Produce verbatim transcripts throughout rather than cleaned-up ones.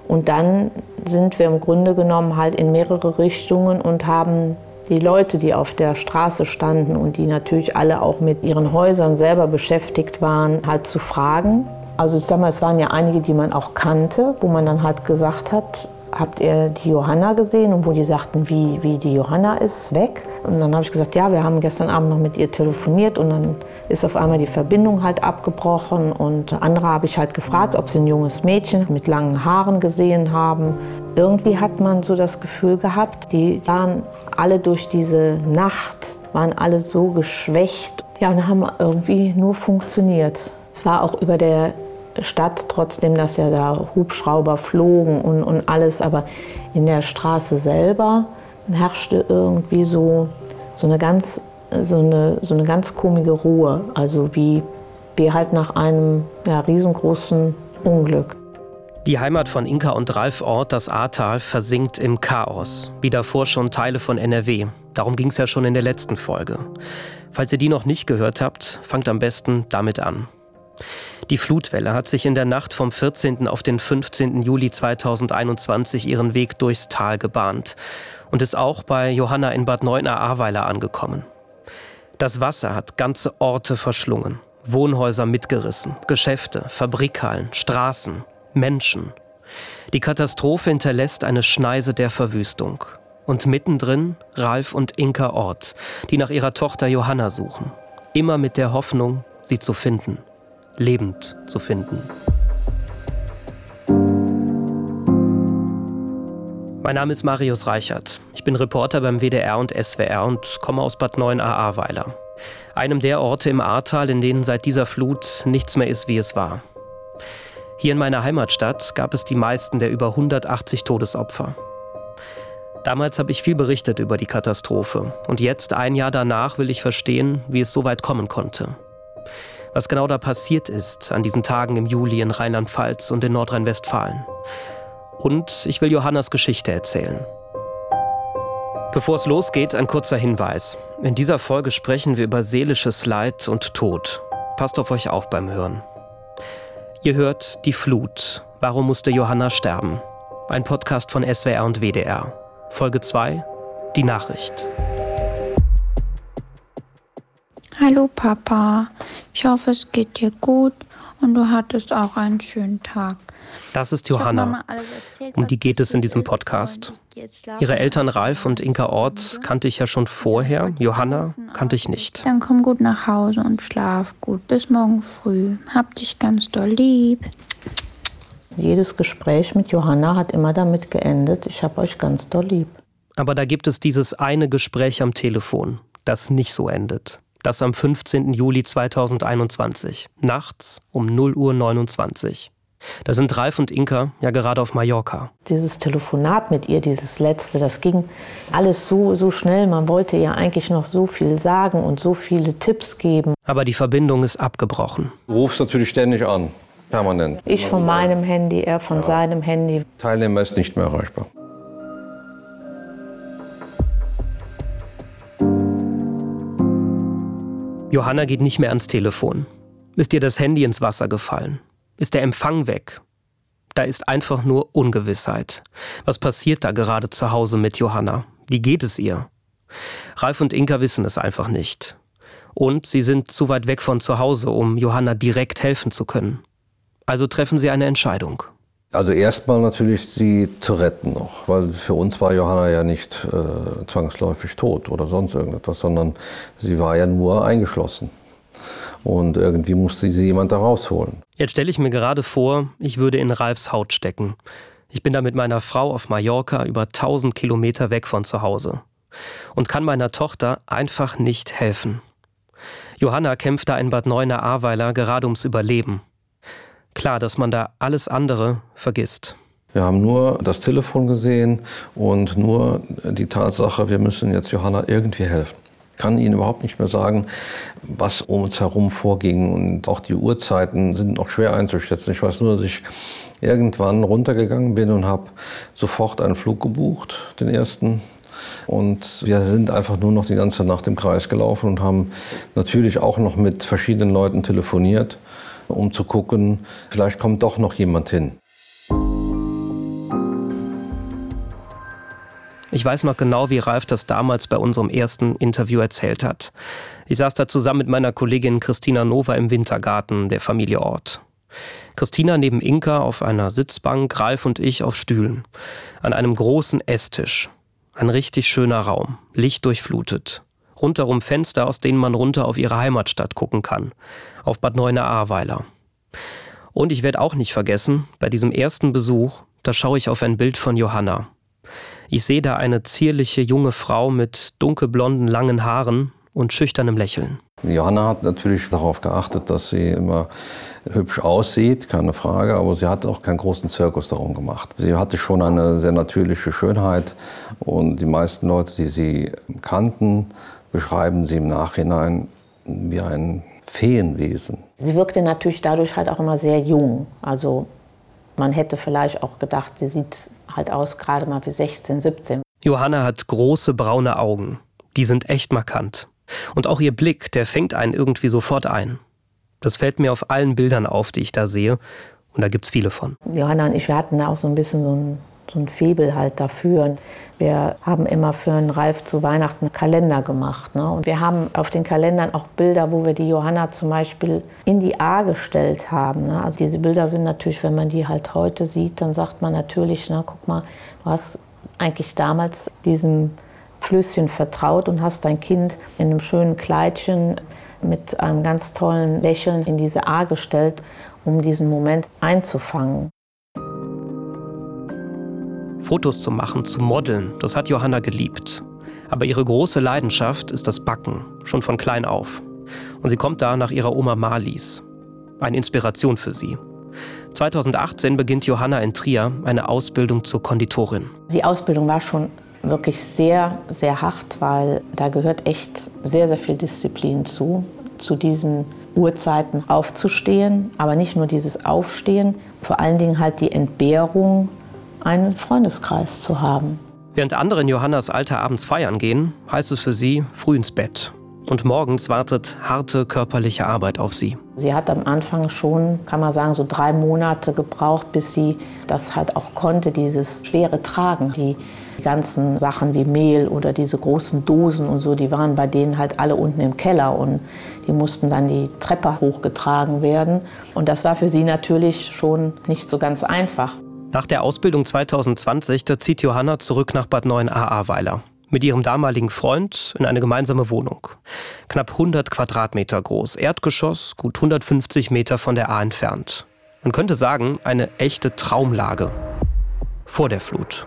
Und dann sind wir im Grunde genommen halt in mehrere Richtungen und haben die Leute, die auf der Straße standen und die natürlich alle auch mit ihren Häusern selber beschäftigt waren, halt zu fragen. Also ich sag mal, es waren ja einige, die man auch kannte, wo man dann halt gesagt hat, habt ihr die Johanna gesehen? Und wo die sagten, wie, wie die Johanna ist weg. Und dann habe ich gesagt, ja, wir haben gestern Abend noch mit ihr telefoniert und dann ist auf einmal die Verbindung halt abgebrochen. Und andere habe ich halt gefragt, ob sie ein junges Mädchen mit langen Haaren gesehen haben. Irgendwie hat man so das Gefühl gehabt, die waren alle durch diese Nacht, waren alle so geschwächt. Ja, und haben irgendwie nur funktioniert. Es war auch über der Stadt, trotzdem, dass ja da Hubschrauber flogen und, und alles, aber in der Straße selber herrschte irgendwie so, so, eine ganz, so, eine, so eine ganz komische Ruhe, also wie, wie halt nach einem ja, riesengroßen Unglück. Die Heimat von Inka und Ralf Orth, das Ahrtal, versinkt im Chaos. Wie davor schon Teile von N R W. Darum ging es ja schon in der letzten Folge. Falls ihr die noch nicht gehört habt, fangt am besten damit an. Die Flutwelle hat sich in der Nacht vom vierzehnten auf den fünfzehnten Juli zweitausendeinundzwanzig ihren Weg durchs Tal gebahnt und ist auch bei Johanna in Bad Neuenahr-Ahrweiler angekommen. Das Wasser hat ganze Orte verschlungen, Wohnhäuser mitgerissen, Geschäfte, Fabrikhallen, Straßen, Menschen. Die Katastrophe hinterlässt eine Schneise der Verwüstung. Und mittendrin Ralf und Inka Orth, die nach ihrer Tochter Johanna suchen. Immer mit der Hoffnung, sie zu finden. Lebend zu finden. Mein Name ist Marius Reichert. Ich bin Reporter beim W D R und S W R und komme aus Bad Neuenahr-Ahrweiler. Einem der Orte im Ahrtal, in denen seit dieser Flut nichts mehr ist, wie es war. Hier in meiner Heimatstadt gab es die meisten der über hundertachtzig Todesopfer. Damals habe ich viel berichtet über die Katastrophe. Und jetzt, ein Jahr danach, will ich verstehen, wie es so weit kommen konnte. Was genau da passiert ist an diesen Tagen im Juli in Rheinland-Pfalz und in Nordrhein-Westfalen. Und ich will Johannas Geschichte erzählen. Bevor es losgeht, ein kurzer Hinweis. In dieser Folge sprechen wir über seelisches Leid und Tod. Passt auf euch auf beim Hören. Ihr hört Die Flut. Warum musste Johanna sterben? Ein Podcast von S W R und W D R. Folge zwei. Die Nachricht. Hallo Papa, ich hoffe es geht dir gut und du hattest auch einen schönen Tag. Das ist Johanna. Um die geht es in diesem Podcast. Ihre Eltern Ralf und Inka Orth kannte ich ja schon vorher, Johanna kannte ich nicht. Dann komm gut nach Hause und schlaf gut. Bis morgen früh. Hab dich ganz doll lieb. Jedes Gespräch mit Johanna hat immer damit geendet, ich hab euch ganz doll lieb. Aber da gibt es dieses eine Gespräch am Telefon, das nicht so endet. Das am fünfzehnten Juli zweitausendeinundzwanzig, nachts um null Uhr neunundzwanzig. Da sind Ralf und Inka ja gerade auf Mallorca. Dieses Telefonat mit ihr, dieses letzte, das ging alles so, so schnell. Man wollte ja eigentlich noch so viel sagen und so viele Tipps geben. Aber die Verbindung ist abgebrochen. Du rufst natürlich ständig an, permanent. Ich von meinem Handy, er von ja. seinem Handy. Teilnehmer ist nicht mehr erreichbar. Johanna geht nicht mehr ans Telefon. Ist ihr das Handy ins Wasser gefallen? Ist der Empfang weg? Da ist einfach nur Ungewissheit. Was passiert da gerade zu Hause mit Johanna? Wie geht es ihr? Ralf und Inka wissen es einfach nicht. Und sie sind zu weit weg von zu Hause, um Johanna direkt helfen zu können. Also treffen sie eine Entscheidung. Also erstmal natürlich sie zu retten noch, weil für uns war Johanna ja nicht äh, zwangsläufig tot oder sonst irgendetwas, sondern sie war ja nur eingeschlossen. Und irgendwie musste sie jemand da rausholen. Jetzt stelle ich mir gerade vor, ich würde in Ralfs Haut stecken. Ich bin da mit meiner Frau auf Mallorca über tausend Kilometer weg von zu Hause und kann meiner Tochter einfach nicht helfen. Johanna kämpft da in Bad Neuenahr-Ahrweiler gerade ums Überleben. Klar, dass man da alles andere vergisst. Wir haben nur das Telefon gesehen und nur die Tatsache, wir müssen jetzt Johanna irgendwie helfen. Ich kann Ihnen überhaupt nicht mehr sagen, was um uns herum vorging. Und auch die Uhrzeiten sind noch schwer einzuschätzen. Ich weiß nur, dass ich irgendwann runtergegangen bin und habe sofort einen Flug gebucht, den ersten. Und wir sind einfach nur noch die ganze Nacht im Kreis gelaufen und haben natürlich auch noch mit verschiedenen Leuten telefoniert, um zu gucken, vielleicht kommt doch noch jemand hin. Ich weiß noch genau, wie Ralf das damals bei unserem ersten Interview erzählt hat. Ich saß da zusammen mit meiner Kollegin Christina Nova im Wintergarten der Familie Ort. Christina neben Inka auf einer Sitzbank, Ralf und ich auf Stühlen. An einem großen Esstisch. Ein richtig schöner Raum, lichtdurchflutet. Rundherum Fenster, aus denen man runter auf ihre Heimatstadt gucken kann. Auf Bad Neuenahr-Ahrweiler. Und ich werde auch nicht vergessen, bei diesem ersten Besuch, da schaue ich auf ein Bild von Johanna. Ich sehe da eine zierliche junge Frau mit dunkelblonden, langen Haaren und schüchternem Lächeln. Johanna hat natürlich darauf geachtet, dass sie immer hübsch aussieht, keine Frage, aber sie hat auch keinen großen Zirkus darum gemacht. Sie hatte schon eine sehr natürliche Schönheit und die meisten Leute, die sie kannten, beschreiben sie im Nachhinein wie ein Feenwesen. Sie wirkte natürlich dadurch halt auch immer sehr jung. Also man hätte vielleicht auch gedacht, sie sieht halt aus gerade mal wie sechzehn, siebzehn. Johanna hat große braune Augen. Die sind echt markant. Und auch ihr Blick, der fängt einen irgendwie sofort ein. Das fällt mir auf allen Bildern auf, die ich da sehe. Und da gibt's viele von. Johanna und ich, wir hatten da auch so ein bisschen so ein, so ein Faible halt dafür. Wir haben immer für einen Ralf zu Weihnachten einen Kalender gemacht. Ne? Und wir haben auf den Kalendern auch Bilder, wo wir die Johanna zum Beispiel in die A gestellt haben. Ne? Also diese Bilder sind natürlich, wenn man die halt heute sieht, dann sagt man natürlich, na, guck mal, du hast eigentlich damals diesem Flößchen vertraut und hast dein Kind in einem schönen Kleidchen mit einem ganz tollen Lächeln in diese A gestellt, um diesen Moment einzufangen. Fotos zu machen, zu modeln, das hat Johanna geliebt. Aber ihre große Leidenschaft ist das Backen, schon von klein auf. Und sie kommt da nach ihrer Oma Marlies. Eine Inspiration für sie. zweitausendachtzehn beginnt Johanna in Trier eine Ausbildung zur Konditorin. Die Ausbildung war schon wirklich sehr, sehr hart, weil da gehört echt sehr, sehr viel Disziplin zu, zu diesen Uhrzeiten aufzustehen. Aber nicht nur dieses Aufstehen, vor allen Dingen halt die Entbehrung, einen Freundeskreis zu haben. Während andere in Johannas Alter abends feiern gehen, heißt es für sie früh ins Bett. Und morgens wartet harte körperliche Arbeit auf sie. Sie hat am Anfang schon, kann man sagen, so drei Monate gebraucht, bis sie das halt auch konnte, dieses schwere Tragen. Die ganzen Sachen wie Mehl oder diese großen Dosen und so, die waren bei denen halt alle unten im Keller und die mussten dann die Treppe hochgetragen werden. Und das war für sie natürlich schon nicht so ganz einfach. Nach der Ausbildung zweitausendzwanzig, da zieht Johanna zurück nach Bad Neuenahr-Ahrweiler. Mit ihrem damaligen Freund in eine gemeinsame Wohnung. Knapp hundert Quadratmeter groß, Erdgeschoss, gut hundertfünfzig Meter von der Ahr entfernt. Man könnte sagen, eine echte Traumlage. Vor der Flut.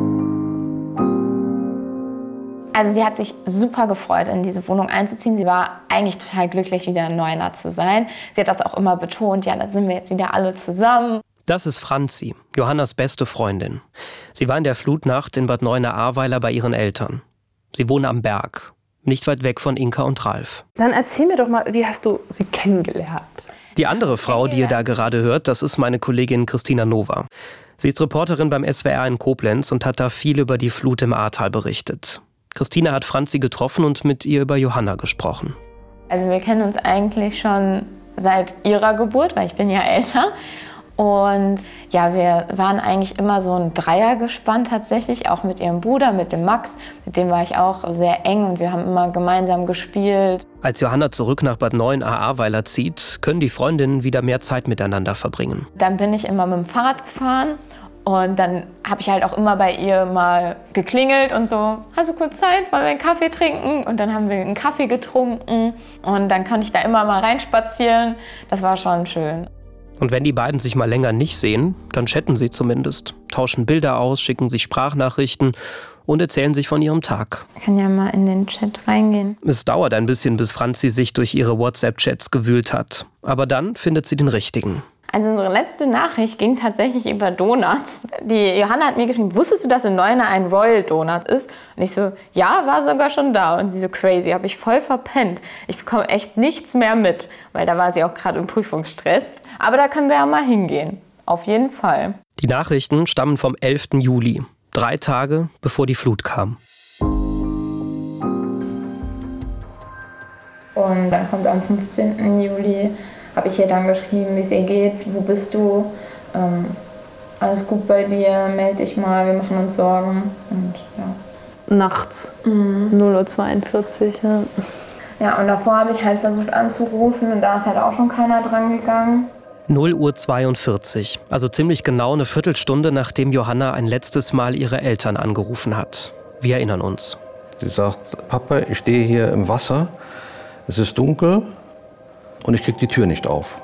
Also sie hat sich super gefreut, in diese Wohnung einzuziehen. Sie war eigentlich total glücklich, wieder in Neuenahr zu sein. Sie hat das auch immer betont, ja, dann sind wir jetzt wieder alle zusammen. Das ist Franzi, Johannas beste Freundin. Sie war in der Flutnacht in Bad Neuenahr-Ahrweiler bei ihren Eltern. Sie wohnen am Berg, nicht weit weg von Inka und Ralf. Dann erzähl mir doch mal, wie hast du sie kennengelernt? Die andere Frau, die ihr da gerade hört, das ist meine Kollegin Christina Nova. Sie ist Reporterin beim S W R in Koblenz und hat da viel über die Flut im Ahrtal berichtet. Christina hat Franzi getroffen und mit ihr über Johanna gesprochen. Also wir kennen uns eigentlich schon seit ihrer Geburt, weil ich bin ja älter. Und ja, wir waren eigentlich immer so ein Dreiergespann tatsächlich, auch mit ihrem Bruder, mit dem Max. Mit dem war ich auch sehr eng und wir haben immer gemeinsam gespielt. Als Johanna zurück nach Bad Neuenahr-Ahrweiler zieht, können die Freundinnen wieder mehr Zeit miteinander verbringen. Dann bin ich immer mit dem Fahrrad gefahren und dann habe ich halt auch immer bei ihr mal geklingelt und so, hast du kurz Zeit, wollen wir einen Kaffee trinken? Und dann haben wir einen Kaffee getrunken und dann konnte ich da immer mal reinspazieren. Das war schon schön. Und wenn die beiden sich mal länger nicht sehen, dann chatten sie zumindest, tauschen Bilder aus, schicken sich Sprachnachrichten und erzählen sich von ihrem Tag. Ich kann ja mal in den Chat reingehen. Es dauert ein bisschen, bis Franzi sich durch ihre WhatsApp-Chats gewühlt hat. Aber dann findet sie den richtigen. Also unsere letzte Nachricht ging tatsächlich über Donuts. Die Johanna hat mir geschrieben, wusstest du, dass in Neuenahr ein Royal Donut ist? Und ich so, ja, war sogar schon da. Und sie so, crazy, habe ich voll verpennt. Ich bekomme echt nichts mehr mit, weil da war sie auch gerade im Prüfungsstress. Aber da können wir ja mal hingehen, auf jeden Fall. Die Nachrichten stammen vom elften Juli, drei Tage bevor die Flut kam. Und dann kommt am fünfzehnten Juli, habe ich ihr dann geschrieben, wie es ihr geht, wo bist du, ähm, alles gut bei dir, melde dich mal, wir machen uns Sorgen. Und ja, nachts, mhm. null Uhr zweiundvierzig. Ja. Ja, und davor habe ich halt versucht anzurufen und da ist halt auch schon keiner dran gegangen. null Uhr zweiundvierzig, also ziemlich genau eine Viertelstunde, nachdem Johanna ein letztes Mal ihre Eltern angerufen hat. Wir erinnern uns. Sie sagt, Papa, ich stehe hier im Wasser, es ist dunkel und ich kriege die Tür nicht auf.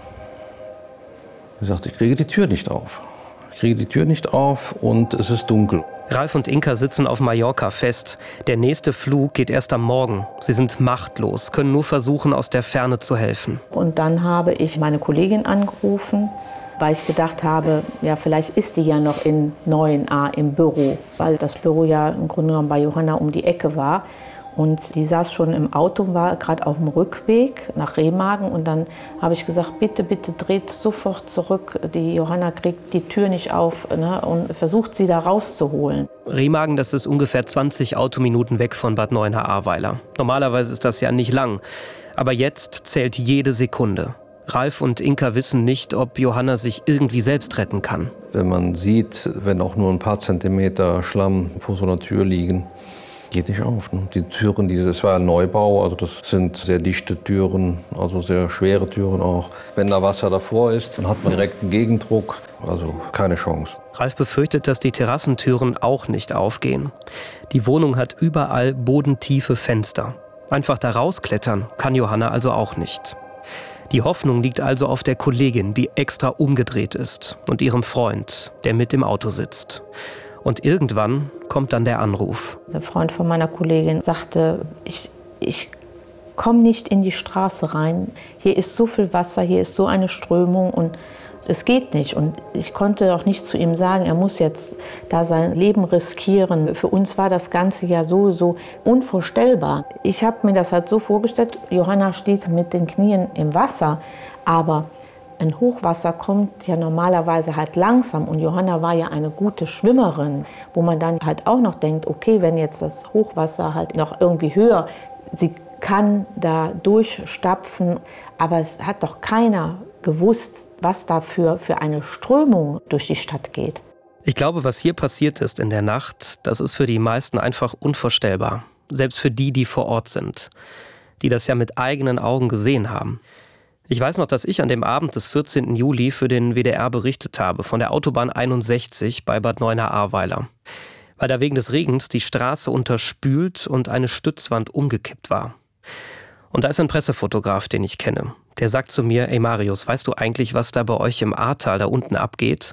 Sie sagt, ich kriege die Tür nicht auf. Ich kriege die Tür nicht auf und es ist dunkel. Ralf und Inka sitzen auf Mallorca fest. Der nächste Flug geht erst am Morgen. Sie sind machtlos, können nur versuchen, aus der Ferne zu helfen. Und dann habe ich meine Kollegin angerufen, weil ich gedacht habe, ja, vielleicht ist die ja noch in neun a im Büro, weil das Büro ja im Grunde genommen bei Johanna um die Ecke war. Und die saß schon im Auto und war gerade auf dem Rückweg nach Remagen. Und dann habe ich gesagt, bitte, bitte dreht sofort zurück. Die Johanna kriegt die Tür nicht auf, ne, und versucht sie da rauszuholen. Remagen, das ist ungefähr zwanzig Autominuten weg von Bad Neuenahr-Ahrweiler. Normalerweise ist das ja nicht lang. Aber jetzt zählt jede Sekunde. Ralf und Inka wissen nicht, ob Johanna sich irgendwie selbst retten kann. Wenn man sieht, wenn auch nur ein paar Zentimeter Schlamm vor so einer Tür liegen, geht nicht auf. Ne? Die Türen, die, das war ein Neubau, also das sind sehr dichte Türen, also sehr schwere Türen auch. Wenn da Wasser davor ist, dann hat man direkt einen Gegendruck, also keine Chance. Ralf befürchtet, dass die Terrassentüren auch nicht aufgehen. Die Wohnung hat überall bodentiefe Fenster. Einfach da rausklettern kann Johanna also auch nicht. Die Hoffnung liegt also auf der Kollegin, die extra umgedreht ist, und ihrem Freund, der mit im Auto sitzt. Und irgendwann kommt dann der Anruf. Der Freund von meiner Kollegin sagte, ich, ich komme nicht in die Straße rein. Hier ist so viel Wasser, hier ist so eine Strömung und es geht nicht. Und ich konnte auch nicht zu ihm sagen, er muss jetzt da sein Leben riskieren. Für uns war das Ganze ja so, so unvorstellbar. Ich habe mir das halt so vorgestellt, Johanna steht mit den Knien im Wasser, aber ein Hochwasser kommt ja normalerweise halt langsam und Johanna war ja eine gute Schwimmerin, wo man dann halt auch noch denkt, okay, wenn jetzt das Hochwasser halt noch irgendwie höher, sie kann da durchstapfen, aber es hat doch keiner gewusst, was da für, für eine Strömung durch die Stadt geht. Ich glaube, was hier passiert ist in der Nacht, das ist für die meisten einfach unvorstellbar. Selbst für die, die vor Ort sind, die das ja mit eigenen Augen gesehen haben. Ich weiß noch, dass ich an dem Abend des vierzehnten Juli für den W D R berichtet habe, von der Autobahn einundsechzig bei Bad Neuenahr-Ahrweiler. Weil da wegen des Regens die Straße unterspült und eine Stützwand umgekippt war. Und da ist ein Pressefotograf, den ich kenne. Der sagt zu mir, ey Marius, weißt du eigentlich, was da bei euch im Ahrtal da unten abgeht?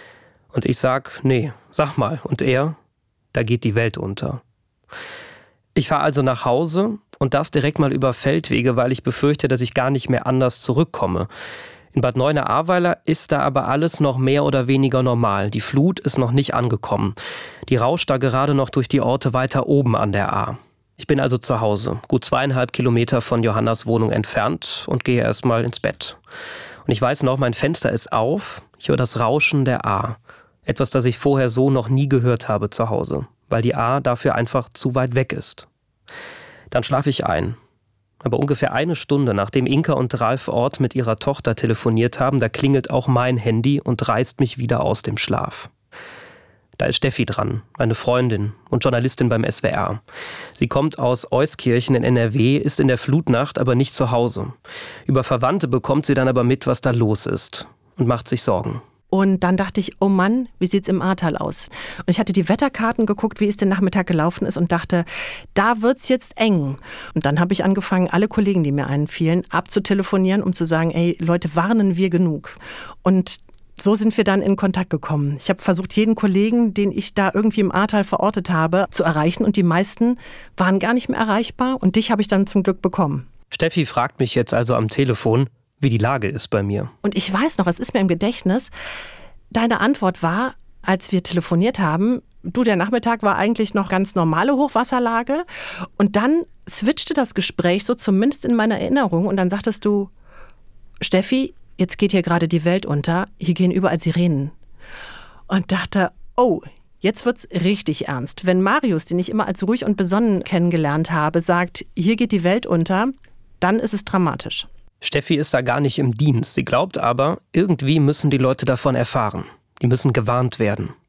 Und ich sag, nee, sag mal. Und er, da geht die Welt unter. Ich fahre also nach Hause und das direkt mal über Feldwege, weil ich befürchte, dass ich gar nicht mehr anders zurückkomme. In Bad Neuenahr-Ahrweiler ist da aber alles noch mehr oder weniger normal. Die Flut ist noch nicht angekommen. Die rauscht da gerade noch durch die Orte weiter oben an der Ahr. Ich bin also zu Hause, gut zweieinhalb Kilometer von Johannas Wohnung entfernt und gehe erst mal ins Bett. Und ich weiß noch, mein Fenster ist auf, ich höre das Rauschen der Ahr. Etwas, das ich vorher so noch nie gehört habe zu Hause, weil die Ahr dafür einfach zu weit weg ist. Dann schlafe ich ein. Aber ungefähr eine Stunde, nachdem Inka und Ralf Ort mit ihrer Tochter telefoniert haben, da klingelt auch mein Handy und reißt mich wieder aus dem Schlaf. Da ist Steffi dran, meine Freundin und Journalistin beim S W R. Sie kommt aus Euskirchen in N R W, ist in der Flutnacht aber nicht zu Hause. Über Verwandte bekommt sie dann aber mit, was da los ist und macht sich Sorgen. Und dann dachte ich, oh Mann, wie sieht's im Ahrtal aus? Und ich hatte die Wetterkarten geguckt, wie es den Nachmittag gelaufen ist und dachte, da wird's jetzt eng. Und dann habe ich angefangen, alle Kollegen, die mir einfielen, abzutelefonieren, um zu sagen, ey Leute, warnen wir genug. Und so sind wir dann in Kontakt gekommen. Ich habe versucht, jeden Kollegen, den ich da irgendwie im Ahrtal verortet habe, zu erreichen. Und die meisten waren gar nicht mehr erreichbar. Und dich habe ich dann zum Glück bekommen. Steffi fragt mich jetzt also am Telefon, wie die Lage ist bei mir. Und ich weiß noch, es ist mir im Gedächtnis, deine Antwort war, als wir telefoniert haben, du, der Nachmittag war eigentlich noch ganz normale Hochwasserlage. Und dann switchte das Gespräch so zumindest in meiner Erinnerung. Und dann sagtest du, Steffi, jetzt geht hier gerade die Welt unter, hier gehen überall Sirenen. Und dachte, oh, jetzt wird's richtig ernst. Wenn Marius, den ich immer als ruhig und besonnen kennengelernt habe, sagt, hier geht die Welt unter, dann ist es dramatisch. Steffi ist da gar nicht im Dienst. Sie glaubt aber, irgendwie müssen die Leute davon erfahren. Die müssen gewarnt werden.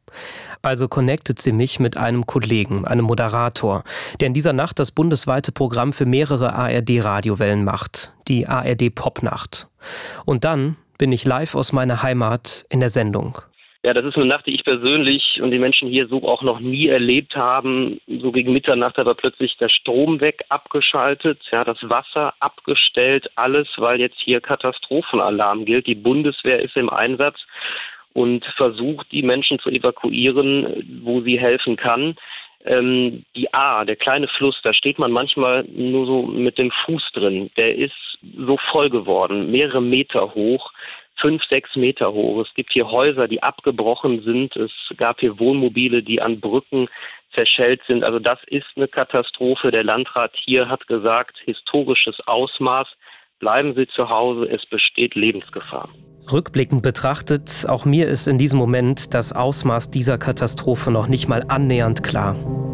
Also connectet sie mich mit einem Kollegen, einem Moderator, der in dieser Nacht das bundesweite Programm für mehrere A R D-Radiowellen macht, die A R D-Popnacht. Und dann bin ich live aus meiner Heimat in der Sendung. Ja, das ist eine Nacht, die ich persönlich und die Menschen hier so auch noch nie erlebt haben. So gegen Mitternacht hat aber plötzlich der Strom weg, abgeschaltet, ja, das Wasser abgestellt, alles, weil jetzt hier Katastrophenalarm gilt. Die Bundeswehr ist im Einsatz und versucht, die Menschen zu evakuieren, wo sie helfen kann. Ähm, die Ahr, der kleine Fluss, da steht man manchmal nur so mit dem Fuß drin. Der ist so voll geworden, mehrere Meter hoch. Fünf, sechs Meter hoch. Es gibt hier Häuser, die abgebrochen sind. Es gab hier Wohnmobile, die an Brücken zerschellt sind. Also das ist eine Katastrophe. Der Landrat hier hat gesagt, historisches Ausmaß. Bleiben Sie zu Hause, es besteht Lebensgefahr. Rückblickend betrachtet, auch mir ist in diesem Moment das Ausmaß dieser Katastrophe noch nicht mal annähernd klar.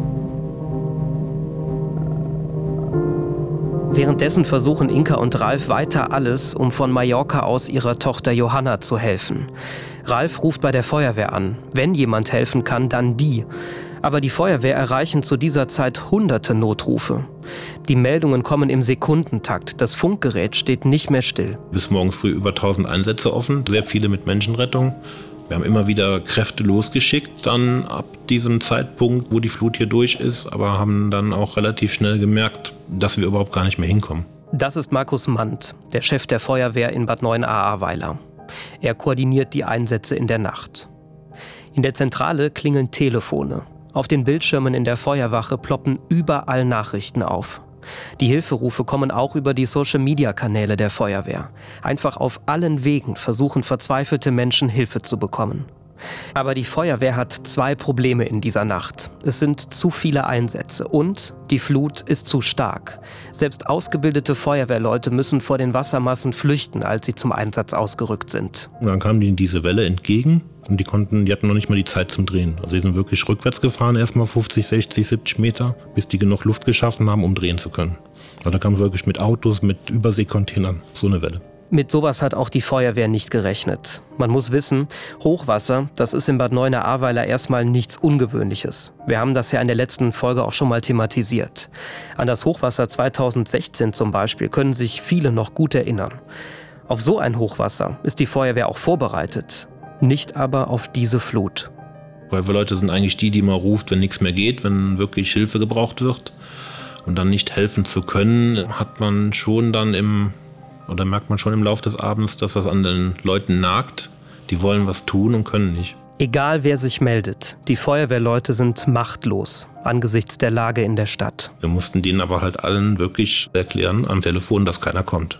Währenddessen versuchen Inka und Ralf weiter alles, um von Mallorca aus ihrer Tochter Johanna zu helfen. Ralf ruft bei der Feuerwehr an. Wenn jemand helfen kann, dann die. Aber die Feuerwehr erreichen zu dieser Zeit hunderte Notrufe. Die Meldungen kommen im Sekundentakt. Das Funkgerät steht nicht mehr still. Bis morgens früh über tausend Einsätze offen, sehr viele mit Menschenrettung. Wir haben immer wieder Kräfte losgeschickt, dann ab diesem Zeitpunkt, wo die Flut hier durch ist, aber haben dann auch relativ schnell gemerkt, dass wir überhaupt gar nicht mehr hinkommen. Das ist Markus Mandt, der Chef der Feuerwehr in Bad Neuenahr-Ahrweiler. Er koordiniert die Einsätze in der Nacht. In der Zentrale klingeln Telefone. Auf den Bildschirmen in der Feuerwache ploppen überall Nachrichten auf. Die Hilferufe kommen auch über die Social-Media-Kanäle der Feuerwehr. Einfach auf allen Wegen versuchen verzweifelte Menschen Hilfe zu bekommen. Aber die Feuerwehr hat zwei Probleme in dieser Nacht. Es sind zu viele Einsätze und die Flut ist zu stark. Selbst ausgebildete Feuerwehrleute müssen vor den Wassermassen flüchten, als sie zum Einsatz ausgerückt sind. Und dann kamen die diese Welle entgegen und die konnten, die hatten noch nicht mal die Zeit zum Drehen. Also die sind wirklich rückwärts gefahren, erstmal fünfzig, sechzig, siebzig Meter, bis die genug Luft geschaffen haben, um drehen zu können. Also da kam wirklich mit Autos, mit Überseekontainern so eine Welle. Mit sowas hat auch die Feuerwehr nicht gerechnet. Man muss wissen, Hochwasser, das ist in Bad Neuenahr-Ahrweiler erstmal nichts Ungewöhnliches. Wir haben das ja in der letzten Folge auch schon mal thematisiert. An das Hochwasser zweitausendsechzehn zum Beispiel können sich viele noch gut erinnern. Auf so ein Hochwasser ist die Feuerwehr auch vorbereitet, nicht aber auf diese Flut. Feuerwehrleute sind eigentlich die, die man ruft, wenn nichts mehr geht, wenn wirklich Hilfe gebraucht wird. Und dann nicht helfen zu können, hat man schon dann im Oder merkt man schon im Laufe des Abends, dass das an den Leuten nagt. Die wollen was tun und können nicht. Egal wer sich meldet, die Feuerwehrleute sind machtlos angesichts der Lage in der Stadt. Wir mussten denen aber halt allen wirklich erklären am Telefon, dass keiner kommt.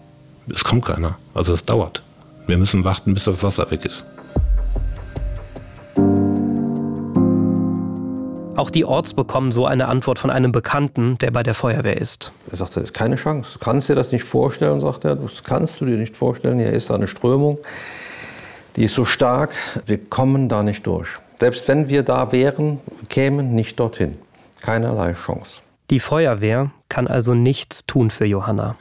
Es kommt keiner, also es dauert. Wir müssen warten, bis das Wasser weg ist. Auch die Orts bekommen so eine Antwort von einem Bekannten, der bei der Feuerwehr ist. Er sagt, das ist keine Chance. Du kannst dir das nicht vorstellen, sagt er. Das kannst du dir nicht vorstellen. Hier ist eine Strömung, die ist so stark, wir kommen da nicht durch. Selbst wenn wir da wären, kämen nicht dorthin. Keinerlei Chance. Die Feuerwehr kann also nichts tun für Johanna.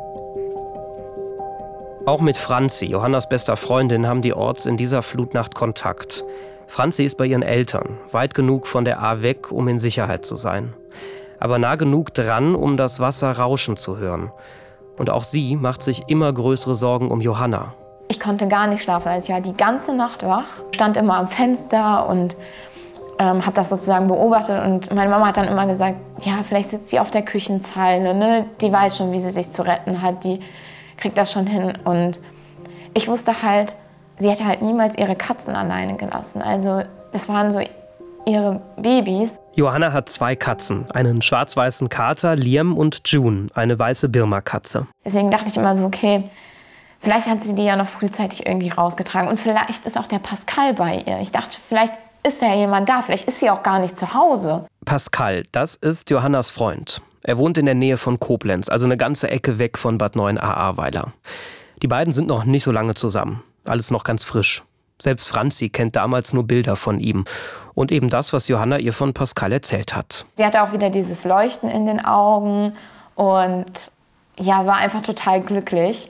Auch mit Franzi, Johannas bester Freundin, haben die Orts in dieser Flutnacht Kontakt. Franzi ist bei ihren Eltern, weit genug von der Ahr weg, um in Sicherheit zu sein. Aber nah genug dran, um das Wasser rauschen zu hören. Und auch sie macht sich immer größere Sorgen um Johanna. Ich konnte gar nicht schlafen, also ich war die ganze Nacht wach, stand immer am Fenster und ähm, habe das sozusagen beobachtet. Und meine Mama hat dann immer gesagt, ja, vielleicht sitzt sie auf der Küchenzeile, ne? Die weiß schon, wie sie sich zu retten hat, die kriegt das schon hin. Und ich wusste halt, sie hätte halt niemals ihre Katzen alleine gelassen. Also das waren so ihre Babys. Johanna hat zwei Katzen, einen schwarz-weißen Kater, Liam, und June, eine weiße Birma-Katze. Deswegen dachte ich immer so, okay, vielleicht hat sie die ja noch frühzeitig irgendwie rausgetragen. Und vielleicht ist auch der Pascal bei ihr. Ich dachte, vielleicht ist ja jemand da, vielleicht ist sie auch gar nicht zu Hause. Pascal, das ist Johannas Freund. Er wohnt in der Nähe von Koblenz, also eine ganze Ecke weg von Bad Neuenahr-Ahrweiler. Die beiden sind noch nicht so lange zusammen. Alles noch ganz frisch. Selbst Franzi kennt damals nur Bilder von ihm. Und eben das, was Johanna ihr von Pascal erzählt hat. Sie hatte auch wieder dieses Leuchten in den Augen und ja, war einfach total glücklich.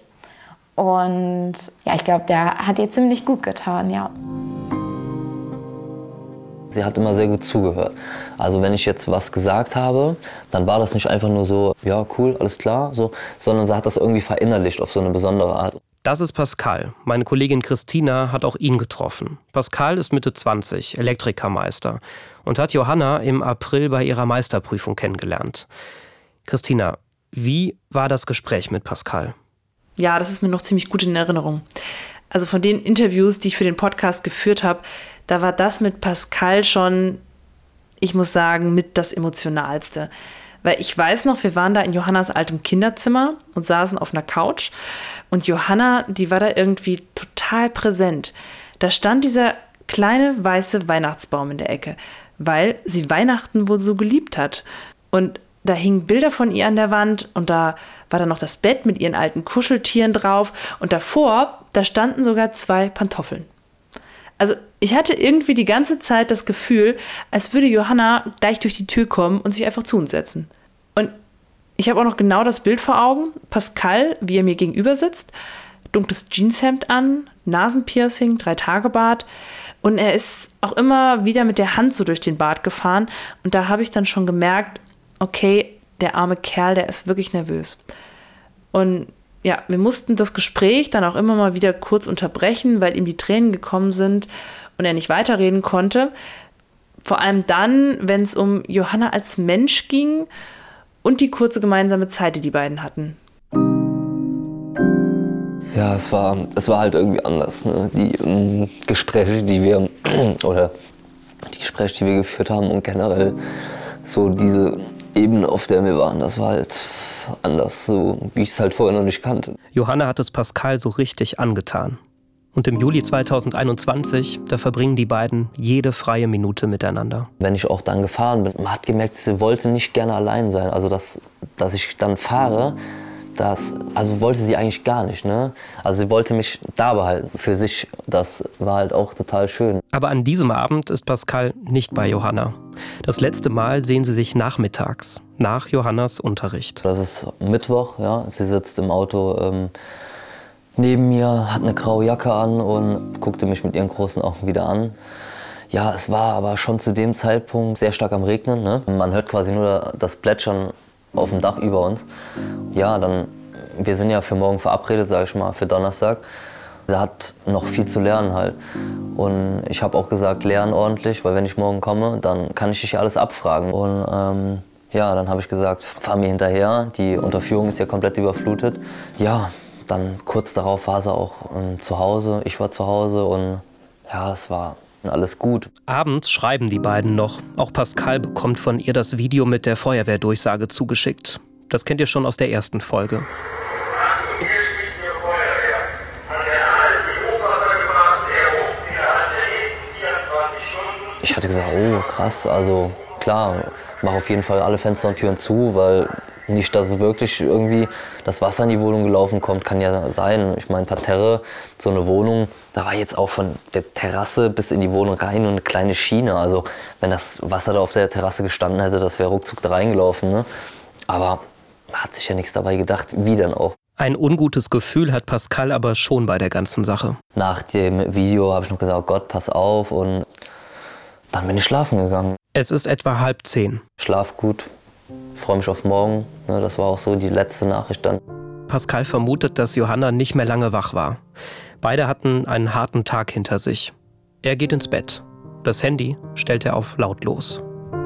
Und ja, ich glaube, der hat ihr ziemlich gut getan, ja. Sie hat immer sehr gut zugehört. Also wenn ich jetzt was gesagt habe, dann war das nicht einfach nur so, ja cool, alles klar, so, sondern sie hat das irgendwie verinnerlicht auf so eine besondere Art. Das ist Pascal. Meine Kollegin Christina hat auch ihn getroffen. Pascal ist Mitte zwanzig, Elektrikermeister und hat Johanna im April bei ihrer Meisterprüfung kennengelernt. Christina, wie war das Gespräch mit Pascal? Ja, das ist mir noch ziemlich gut in Erinnerung. Also von den Interviews, die ich für den Podcast geführt habe, da war das mit Pascal schon, ich muss sagen, mit das Emotionalste. Weil ich weiß noch, wir waren da in Johannas altem Kinderzimmer und saßen auf einer Couch. Und Johanna, die war da irgendwie total präsent. Da stand dieser kleine weiße Weihnachtsbaum in der Ecke, weil sie Weihnachten wohl so geliebt hat. Und da hingen Bilder von ihr an der Wand und da war dann noch das Bett mit ihren alten Kuscheltieren drauf. Und davor, da standen sogar zwei Pantoffeln. Also ich hatte irgendwie die ganze Zeit das Gefühl, als würde Johanna gleich durch die Tür kommen und sich einfach zu uns setzen. Und ich habe auch noch genau das Bild vor Augen. Pascal, wie er mir gegenüber sitzt, dunkles Jeanshemd an, Nasenpiercing, Drei-Tage-Bart. Und er ist auch immer wieder mit der Hand so durch den Bart gefahren. Und da habe ich dann schon gemerkt, okay, der arme Kerl, der ist wirklich nervös. Und ja, wir mussten das Gespräch dann auch immer mal wieder kurz unterbrechen, weil ihm die Tränen gekommen sind und er nicht weiterreden konnte. Vor allem dann, wenn es um Johanna als Mensch ging und die kurze gemeinsame Zeit, die die beiden hatten. Ja, es war, es war halt irgendwie anders. Ne? Die ähm, Gespräche, die wir, oder die Gespräche, die wir geführt haben und generell so diese Ebene, auf der wir waren, das war halt anders, so wie ich es halt vorher noch nicht kannte. Johanna hat es Pascal so richtig angetan. Und im Juli zweitausendeinundzwanzig, da verbringen die beiden jede freie Minute miteinander. Wenn ich auch dann gefahren bin, man hat gemerkt, sie wollte nicht gerne allein sein. Also dass, dass ich dann fahre, das also wollte sie eigentlich gar nicht. Ne? Also sie wollte mich da behalten für sich. Das war halt auch total schön. Aber an diesem Abend ist Pascal nicht bei Johanna. Das letzte Mal sehen sie sich nachmittags, nach Johannas Unterricht. Das ist Mittwoch, ja. Sie sitzt im Auto ähm, neben mir, hat eine graue Jacke an und guckte mich mit ihren großen Augen wieder an. Ja, es war aber schon zu dem Zeitpunkt sehr stark am Regnen. Ne? Man hört quasi nur das Plätschern auf dem Dach über uns. Ja, dann, wir sind ja für morgen verabredet, sage ich mal, für Donnerstag. Sie hat noch viel zu lernen halt. Und ich habe auch gesagt, lern ordentlich, weil wenn ich morgen komme, dann kann ich dich alles abfragen. Und ähm, ja, dann habe ich gesagt, fahr mir hinterher, die Unterführung ist ja komplett überflutet. Ja, dann kurz darauf war sie auch ähm, zu Hause, ich war zu Hause und ja, es war alles gut. Abends schreiben die beiden noch. Auch Pascal bekommt von ihr das Video mit der Feuerwehrdurchsage zugeschickt. Das kennt ihr schon aus der ersten Folge. Ich hatte gesagt, oh krass, also klar, mach auf jeden Fall alle Fenster und Türen zu, weil nicht, dass es wirklich irgendwie das Wasser in die Wohnung gelaufen kommt, kann ja sein. Ich meine, Parterre, so eine Wohnung, da war jetzt auch von der Terrasse bis in die Wohnung rein und eine kleine Schiene. Also wenn das Wasser da auf der Terrasse gestanden hätte, das wäre ruckzuck da reingelaufen. Ne? Aber hat sich ja nichts dabei gedacht, wie denn auch. Ein ungutes Gefühl hat Pascal aber schon bei der ganzen Sache. Nach dem Video habe ich noch gesagt, oh Gott, pass auf, und dann bin ich schlafen gegangen. Es ist etwa halb zehn. Schlaf gut, freue mich auf morgen. Das war auch so die letzte Nachricht dann. Pascal vermutet, dass Johanna nicht mehr lange wach war. Beide hatten einen harten Tag hinter sich. Er geht ins Bett. Das Handy stellt er auf lautlos.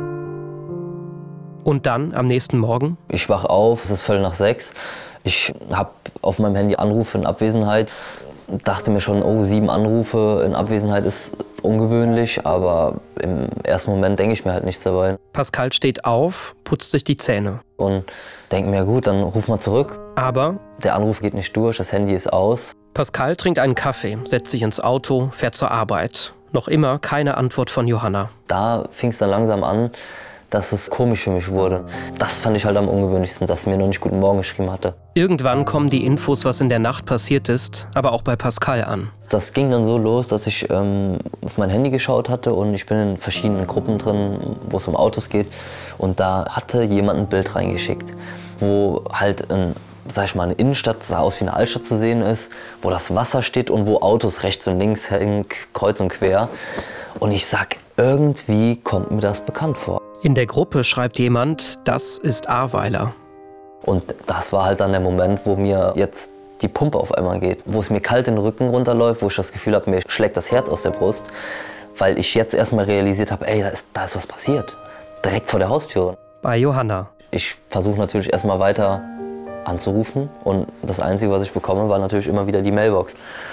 Und dann am nächsten Morgen? Ich wach auf, es ist Viertel nach sechs. Ich habe auf meinem Handy Anrufe in Abwesenheit. Dachte mir schon, oh, sieben Anrufe in Abwesenheit ist ungewöhnlich, aber im ersten Moment denke ich mir halt nichts dabei. Pascal steht auf, putzt sich die Zähne. Und denke mir, gut, dann ruf mal zurück. Aber der Anruf geht nicht durch, das Handy ist aus. Pascal trinkt einen Kaffee, setzt sich ins Auto, fährt zur Arbeit. Noch immer keine Antwort von Johanna. Da fing es dann langsam an, dass es komisch für mich wurde. Das fand ich halt am ungewöhnlichsten, dass sie mir noch nicht Guten Morgen geschrieben hatte. Irgendwann kommen die Infos, was in der Nacht passiert ist, aber auch bei Pascal an. Das ging dann so los, dass ich ähm, auf mein Handy geschaut hatte und ich bin in verschiedenen Gruppen drin, wo es um Autos geht. Und da hatte jemand ein Bild reingeschickt, wo halt ein, sag ich mal, eine Innenstadt, sah aus wie eine Altstadt zu sehen ist, wo das Wasser steht und wo Autos rechts und links hängen, kreuz und quer. Und ich sag, irgendwie kommt mir das bekannt vor. In der Gruppe schreibt jemand, das ist Ahrweiler. Und das war halt dann der Moment, wo mir jetzt die Pumpe auf einmal geht, wo es mir kalt den Rücken runterläuft, wo ich das Gefühl habe, mir schlägt das Herz aus der Brust, weil ich jetzt erstmal realisiert habe, ey, da ist, da ist was passiert, direkt vor der Haustür. Bei Johanna. Ich versuche natürlich erstmal weiter anzurufen und das Einzige, was ich bekomme, war natürlich immer wieder die Mailbox.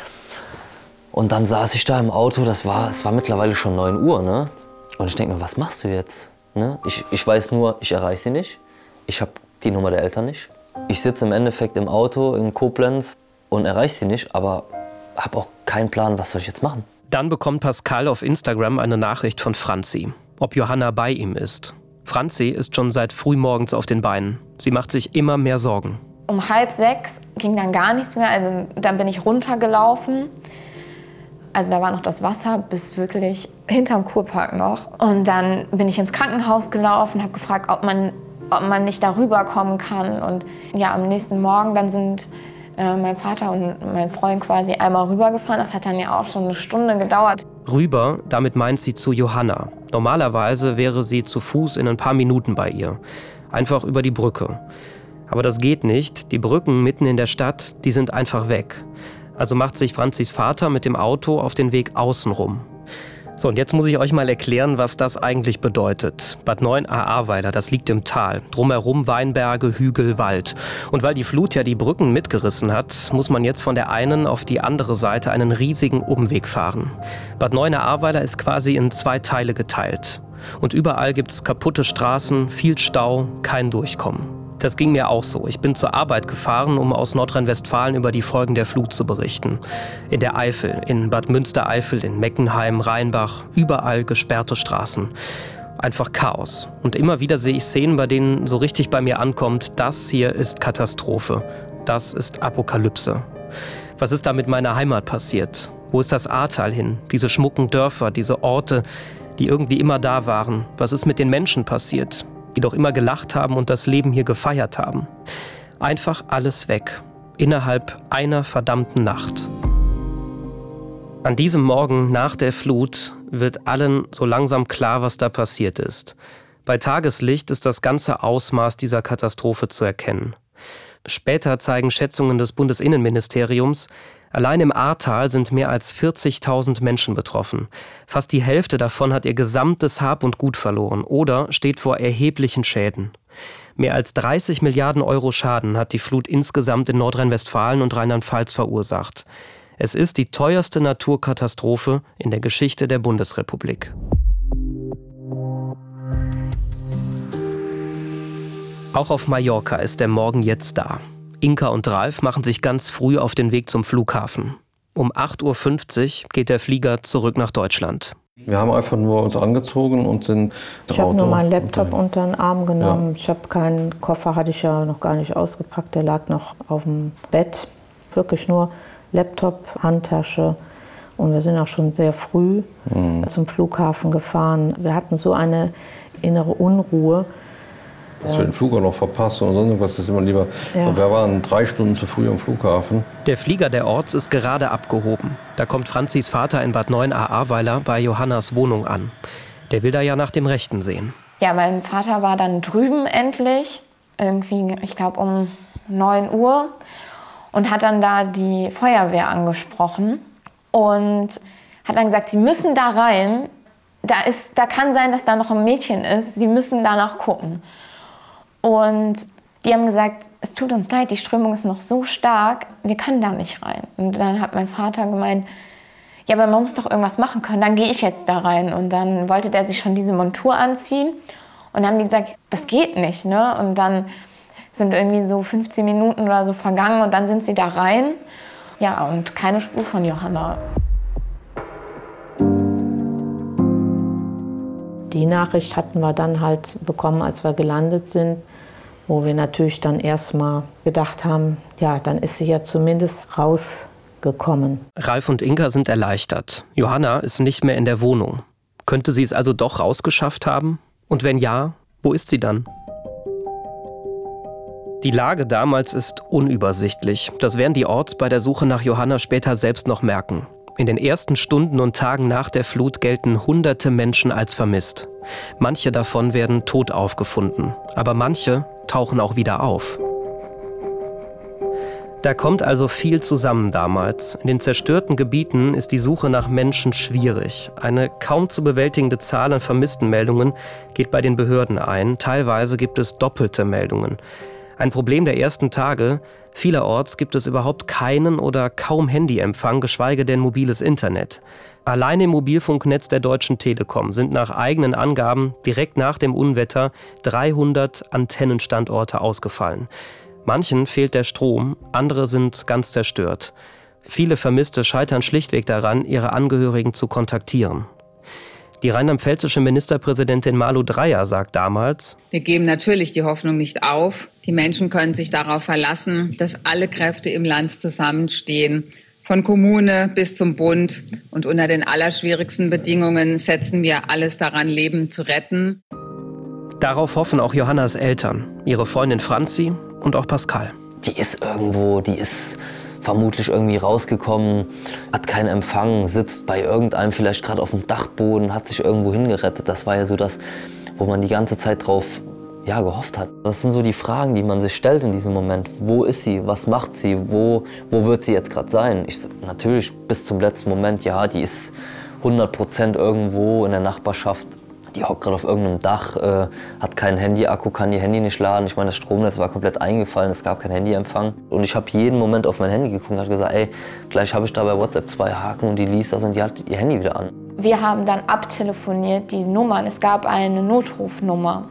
Und dann saß ich da im Auto, das war, es war mittlerweile schon neun Uhr, ne? Und ich denke mir, was machst du jetzt? Ne? Ich, ich weiß nur, ich erreiche sie nicht, ich habe die Nummer der Eltern nicht. Ich sitze im Endeffekt im Auto in Koblenz und erreiche sie nicht, aber habe auch keinen Plan, was soll ich jetzt machen. Dann bekommt Pascal auf Instagram eine Nachricht von Franzi, ob Johanna bei ihm ist. Franzi ist schon seit frühmorgens auf den Beinen. Sie macht sich immer mehr Sorgen. Um halb sechs ging dann gar nichts mehr, also dann bin ich runtergelaufen. Also da war noch das Wasser bis wirklich hinterm Kurpark noch. Und dann bin ich ins Krankenhaus gelaufen, habe gefragt, ob man ob man nicht darüber kommen kann. Und ja, am nächsten Morgen dann sind äh, mein Vater und mein Freund quasi einmal rübergefahren. Das hat dann ja auch schon eine Stunde gedauert. Rüber, damit meint sie zu Johanna. Normalerweise wäre sie zu Fuß in ein paar Minuten bei ihr. Einfach über die Brücke. Aber das geht nicht. Die Brücken mitten in der Stadt, die sind einfach weg. Also macht sich Franzis Vater mit dem Auto auf den Weg außenrum. So, und jetzt muss ich euch mal erklären, was das eigentlich bedeutet. Bad Neuenahr-Ahrweiler, das liegt im Tal. Drumherum Weinberge, Hügel, Wald. Und weil die Flut ja die Brücken mitgerissen hat, muss man jetzt von der einen auf die andere Seite einen riesigen Umweg fahren. Bad Neuenahr-Ahrweiler ist quasi in zwei Teile geteilt. Und überall gibt's kaputte Straßen, viel Stau, kein Durchkommen. Das ging mir auch so. Ich bin zur Arbeit gefahren, um aus Nordrhein-Westfalen über die Folgen der Flut zu berichten. In der Eifel, in Bad Münstereifel, in Meckenheim, Rheinbach, überall gesperrte Straßen. Einfach Chaos. Und immer wieder sehe ich Szenen, bei denen so richtig bei mir ankommt, das hier ist Katastrophe. Das ist Apokalypse. Was ist da mit meiner Heimat passiert? Wo ist das Ahrtal hin? Diese schmucken Dörfer, diese Orte, die irgendwie immer da waren. Was ist mit den Menschen passiert? Die doch immer gelacht haben und das Leben hier gefeiert haben. Einfach alles weg. Innerhalb einer verdammten Nacht. An diesem Morgen nach der Flut wird allen so langsam klar, was da passiert ist. Bei Tageslicht ist das ganze Ausmaß dieser Katastrophe zu erkennen. Später zeigen Schätzungen des Bundesinnenministeriums, allein im Ahrtal sind mehr als vierzigtausend Menschen betroffen. Fast die Hälfte davon hat ihr gesamtes Hab und Gut verloren oder steht vor erheblichen Schäden. Mehr als dreißig Milliarden Euro Schaden hat die Flut insgesamt in Nordrhein-Westfalen und Rheinland-Pfalz verursacht. Es ist die teuerste Naturkatastrophe in der Geschichte der Bundesrepublik. Auch auf Mallorca ist der Morgen jetzt da. Inka und Ralf machen sich ganz früh auf den Weg zum Flughafen. Um acht Uhr fünfzig geht der Flieger zurück nach Deutschland. Wir haben einfach nur uns angezogen und sind Ich habe nur meinen Laptop unter, unter den Arm genommen. Ja. Ich habe keinen Koffer, hatte ich ja noch gar nicht ausgepackt. Der lag noch auf dem Bett. Wirklich nur Laptop, Handtasche. Und wir sind auch schon sehr früh mhm. zum Flughafen gefahren. Wir hatten so eine innere Unruhe. Dass wir den Flug auch noch verpassen oder sonst irgendwas, ist immer lieber. Ja. Wir waren drei Stunden zu früh am Flughafen. Der Flieger der Orts ist gerade abgehoben. Da kommt Franzis Vater in Bad Neuenahr-Ahrweiler bei Johannas Wohnung an. Der will da ja nach dem Rechten sehen. Ja, mein Vater war dann drüben endlich, irgendwie, ich glaube um neun Uhr. Und hat dann da die Feuerwehr angesprochen. Und hat dann gesagt, sie müssen da rein. Da, ist, da kann sein, dass da noch ein Mädchen ist. Sie müssen danach gucken. Und die haben gesagt, es tut uns leid, die Strömung ist noch so stark, wir können da nicht rein. Und dann hat mein Vater gemeint, ja, aber man muss doch irgendwas machen können, dann gehe ich jetzt da rein. Und dann wollte der sich schon diese Montur anziehen. Und dann haben die gesagt, das geht nicht, ne? Und dann sind irgendwie so fünfzehn Minuten oder so vergangen und dann sind sie da rein. Ja, und keine Spur von Johanna. Die Nachricht hatten wir dann halt bekommen, als wir gelandet sind, wo wir natürlich dann erstmal gedacht haben, ja, dann ist sie ja zumindest rausgekommen. Ralf und Inka sind erleichtert. Johanna ist nicht mehr in der Wohnung. Könnte sie es also doch rausgeschafft haben? Und wenn ja, wo ist sie dann? Die Lage damals ist unübersichtlich. Das werden die Orts bei der Suche nach Johanna später selbst noch merken. In den ersten Stunden und Tagen nach der Flut gelten hunderte Menschen als vermisst. Manche davon werden tot aufgefunden, aber manche tauchen auch wieder auf. Da kommt also viel zusammen damals. In den zerstörten Gebieten ist die Suche nach Menschen schwierig. Eine kaum zu bewältigende Zahl an Vermisstenmeldungen geht bei den Behörden ein. Teilweise gibt es doppelte Meldungen. Ein Problem der ersten Tage: vielerorts gibt es überhaupt keinen oder kaum Handyempfang, geschweige denn mobiles Internet. Allein im Mobilfunknetz der Deutschen Telekom sind nach eigenen Angaben direkt nach dem Unwetter dreihundert Antennenstandorte ausgefallen. Manchen fehlt der Strom, andere sind ganz zerstört. Viele Vermisste scheitern schlichtweg daran, ihre Angehörigen zu kontaktieren. Die rheinland-pfälzische Ministerpräsidentin Malu Dreyer sagt damals: Wir geben natürlich die Hoffnung nicht auf. Die Menschen können sich darauf verlassen, dass alle Kräfte im Land zusammenstehen. Von Kommune bis zum Bund. Und unter den allerschwierigsten Bedingungen setzen wir alles daran, Leben zu retten. Darauf hoffen auch Johannas Eltern, ihre Freundin Franzi und auch Pascal. Die ist irgendwo, die ist vermutlich irgendwie rausgekommen, hat keinen Empfang, sitzt bei irgendeinem vielleicht gerade auf dem Dachboden, hat sich irgendwo hingerettet. Das war ja so das, wo man die ganze Zeit drauf ja, gehofft hat. Das sind so die Fragen, die man sich stellt in diesem Moment. Wo ist sie? Was macht sie? Wo, wo wird sie jetzt gerade sein? Ich, natürlich bis zum letzten Moment, ja, die ist hundert Prozent irgendwo in der Nachbarschaft. Die hockt gerade auf irgendeinem Dach, äh, hat keinen Handy-Akku, kann ihr Handy nicht laden. Ich meine, das Stromnetz war komplett eingefallen, es gab keinen Handyempfang. Und ich habe jeden Moment auf mein Handy geguckt und habe gesagt, ey, gleich habe ich da bei WhatsApp zwei Haken und die liest das und die hat ihr Handy wieder an. Wir haben dann abtelefoniert, die Nummern. Es gab eine Notrufnummer.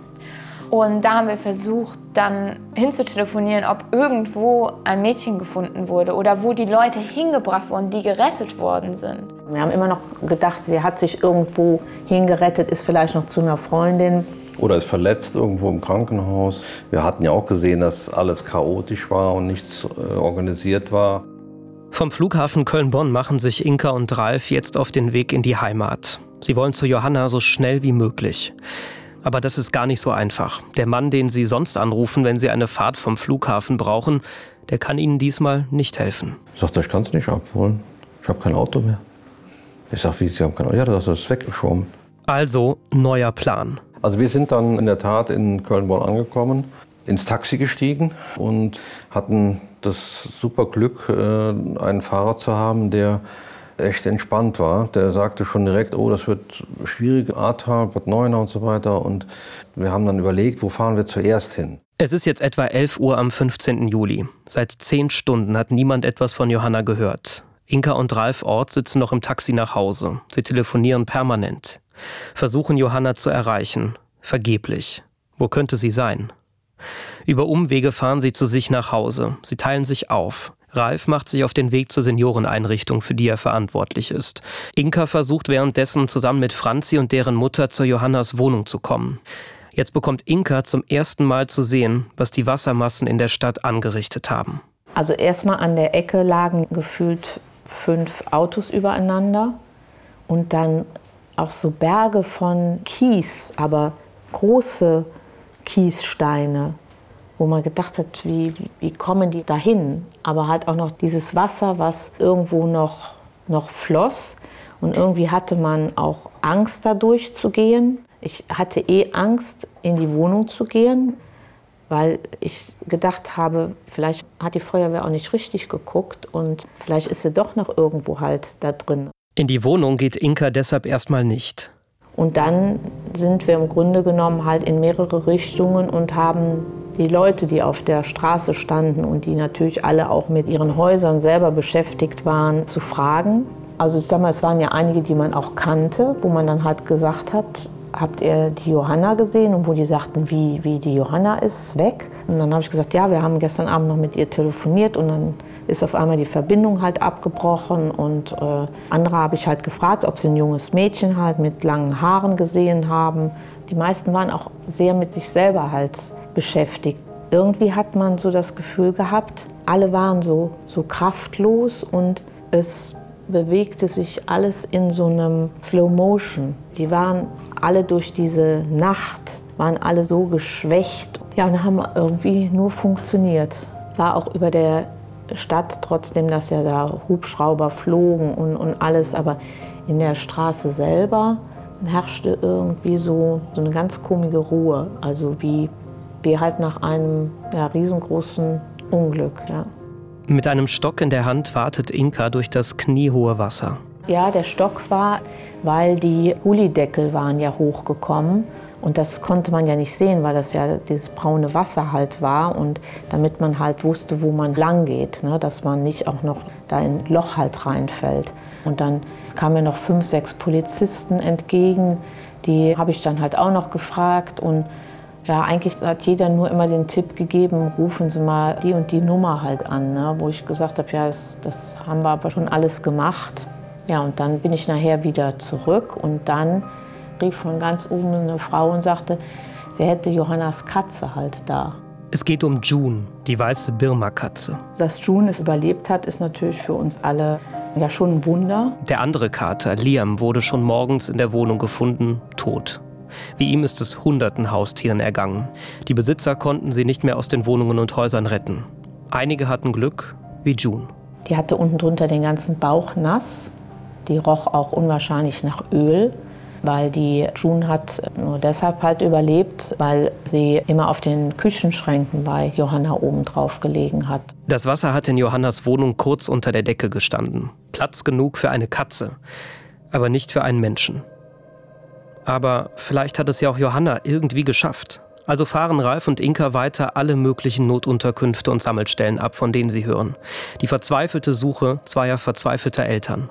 Und da haben wir versucht, dann hinzutelefonieren, ob irgendwo ein Mädchen gefunden wurde oder wo die Leute hingebracht wurden, die gerettet worden sind. Wir haben immer noch gedacht, sie hat sich irgendwo hingerettet, ist vielleicht noch zu einer Freundin. Oder ist verletzt irgendwo im Krankenhaus. Wir hatten ja auch gesehen, dass alles chaotisch war und nichts äh, organisiert war. Vom Flughafen Köln-Bonn machen sich Inka und Ralf jetzt auf den Weg in die Heimat. Sie wollen zu Johanna so schnell wie möglich. Aber das ist gar nicht so einfach. Der Mann, den sie sonst anrufen, wenn sie eine Fahrt vom Flughafen brauchen, der kann ihnen diesmal nicht helfen. Ich sagte, ich kann es nicht abholen. Ich habe kein Auto mehr. Ich sag, wie, Sie haben kein Auto? Ja, das ist weggeschwommen. Also neuer Plan. Also wir sind dann in der Tat in Köln-Bonn angekommen, ins Taxi gestiegen und hatten das super Glück, einen Fahrer zu haben, der echt entspannt war. Der sagte schon direkt, oh, das wird schwierig, Ahrtal, Bad Neuenahr und so weiter. Und wir haben dann überlegt, wo fahren wir zuerst hin? Es ist jetzt etwa elf Uhr am fünfzehnten Juli. Seit zehn Stunden hat niemand etwas von Johanna gehört. Inka und Ralf Ort sitzen noch im Taxi nach Hause. Sie telefonieren permanent. Versuchen, Johanna zu erreichen. Vergeblich. Wo könnte sie sein? Über Umwege fahren sie zu sich nach Hause. Sie teilen sich auf. Ralf macht sich auf den Weg zur Senioreneinrichtung, für die er verantwortlich ist. Inka versucht währenddessen zusammen mit Franzi und deren Mutter zur Johannas Wohnung zu kommen. Jetzt bekommt Inka zum ersten Mal zu sehen, was die Wassermassen in der Stadt angerichtet haben. Also erstmal an der Ecke lagen gefühlt fünf Autos übereinander und dann auch so Berge von Kies, aber große Kiessteine, wo man gedacht hat, wie, wie kommen die dahin? Aber halt auch noch dieses Wasser, was irgendwo noch, noch floss. Und irgendwie hatte man auch Angst, da durchzugehen. Ich hatte eh Angst, in die Wohnung zu gehen, weil ich gedacht habe, vielleicht hat die Feuerwehr auch nicht richtig geguckt und vielleicht ist sie doch noch irgendwo halt da drin. In die Wohnung geht Inka deshalb erstmal nicht. Und dann sind wir im Grunde genommen halt in mehrere Richtungen und haben die Leute, die auf der Straße standen und die natürlich alle auch mit ihren Häusern selber beschäftigt waren, zu fragen. Also ich sag mal, es waren ja einige, die man auch kannte, wo man dann halt gesagt hat, habt ihr die Johanna gesehen? Und wo die sagten, wie, wie die Johanna ist weg. Und dann habe ich gesagt, ja, wir haben gestern Abend noch mit ihr telefoniert und dann ist auf einmal die Verbindung halt abgebrochen. Und äh, andere habe ich halt gefragt, ob sie ein junges Mädchen halt mit langen Haaren gesehen haben. Die meisten waren auch sehr mit sich selber halt beschäftigt. Irgendwie hat man so das Gefühl gehabt, alle waren so, so kraftlos und es bewegte sich alles in so einem Slow Motion. Die waren alle durch diese Nacht, waren alle so geschwächt. Ja, und haben irgendwie nur funktioniert. War auch über der Stadt, trotzdem, dass ja da Hubschrauber flogen und, und alles. Aber in der Straße selber herrschte irgendwie so, so eine ganz komische Ruhe. Also wie, wie halt nach einem ja, riesengroßen Unglück. Ja. Mit einem Stock in der Hand wartet Inka durch das kniehohe Wasser. Ja, der Stock war, weil die Gullideckel waren ja hochgekommen. Und das konnte man ja nicht sehen, weil das ja dieses braune Wasser halt war. Und damit man halt wusste, wo man lang geht, ne? Dass man nicht auch noch da in ein Loch halt reinfällt. Und dann kamen mir noch fünf, sechs Polizisten entgegen. Die habe ich dann halt auch noch gefragt. Und ja, eigentlich hat jeder nur immer den Tipp gegeben, rufen Sie mal die und die Nummer halt an. Ne? Wo ich gesagt habe, ja, das, das haben wir aber schon alles gemacht. Ja, und dann bin ich nachher wieder zurück und dann rief von ganz oben eine Frau und sagte, sie hätte Johannas Katze halt da. Es geht um June, die weiße Birma-Katze. Dass June es überlebt hat, ist natürlich für uns alle ja schon ein Wunder. Der andere Kater, Liam, wurde schon morgens in der Wohnung gefunden, tot. Wie ihm ist es hunderten Haustieren ergangen. Die Besitzer konnten sie nicht mehr aus den Wohnungen und Häusern retten. Einige hatten Glück, wie June. Die hatte unten drunter den ganzen Bauch nass. Die roch auch unwahrscheinlich nach Öl. Weil die June hat nur deshalb halt überlebt, weil sie immer auf den Küchenschränken bei Johanna oben drauf gelegen hat. Das Wasser hat in Johannas Wohnung kurz unter der Decke gestanden. Platz genug für eine Katze, aber nicht für einen Menschen. Aber vielleicht hat es ja auch Johanna irgendwie geschafft. Also fahren Ralf und Inka weiter alle möglichen Notunterkünfte und Sammelstellen ab, von denen sie hören. Die verzweifelte Suche zweier verzweifelter Eltern.